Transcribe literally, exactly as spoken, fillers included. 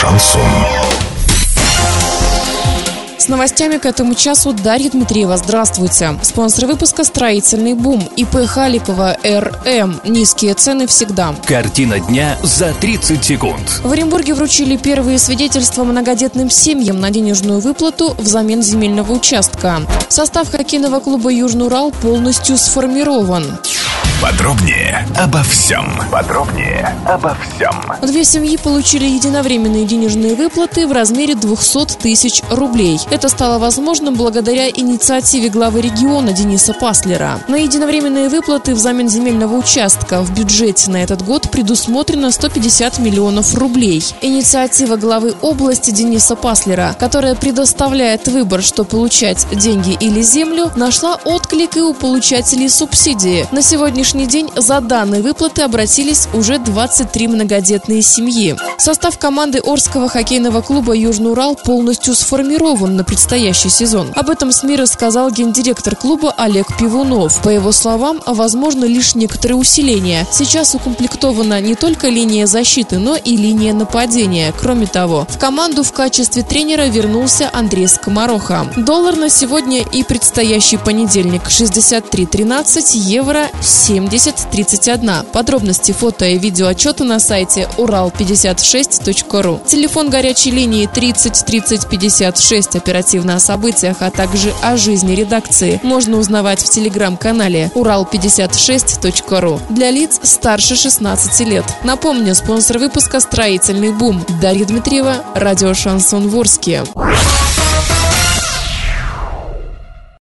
Шансон. С новостями к этому часу Дарья Дмитриева. Здравствуйте. Спонсор выпуска «Строительный бум». ИП Халикова эр эм. Низкие цены всегда. Картина дня за тридцать секунд. В Оренбурге вручили первые свидетельства многодетным семьям на денежную выплату взамен земельного участка. Состав хоккейного клуба «Южный Урал» полностью сформирован. Подробнее обо всем. Подробнее обо всем. Две семьи получили единовременные денежные выплаты в размере двести тысяч рублей. Это стало возможным благодаря инициативе главы региона Дениса Паслера. На единовременные выплаты взамен земельного участка в бюджете на этот год предусмотрено сто пятьдесят миллионов рублей. Инициатива главы области Дениса Паслера, которая предоставляет выбор, что получать деньги или землю, нашла отклик и у получателей субсидии. На сегодняшний день за данные выплаты обратились уже двадцать три многодетные семьи. Состав команды Орского хоккейного клуба «Южный Урал» полностью сформирован на предстоящий сезон. Об этом СМИ рассказал гендиректор клуба Олег Пивунов. По его словам, возможно лишь некоторые усиления. Сейчас укомплектована не только линия защиты, но и линия нападения. Кроме того, в команду в качестве тренера вернулся Андрей Скомороха. Доллар на сегодня и предстоящий понедельник: шестьдесят три тринадцать, евро семьдесят тридцать один. Подробности, фото и видеоотчеты на сайте урал пятьдесят шесть точка ру. Телефон горячей линии тридцать тридцать пятьдесят шесть. Оперативно о событиях, а также о жизни редакции можно узнавать в телеграм-канале урал пятьдесят шесть точка ру для лиц старше шестнадцати лет. Напомню, спонсор выпуска «Строительный бум». Дарья Дмитриева, радио «Шансон Ворске».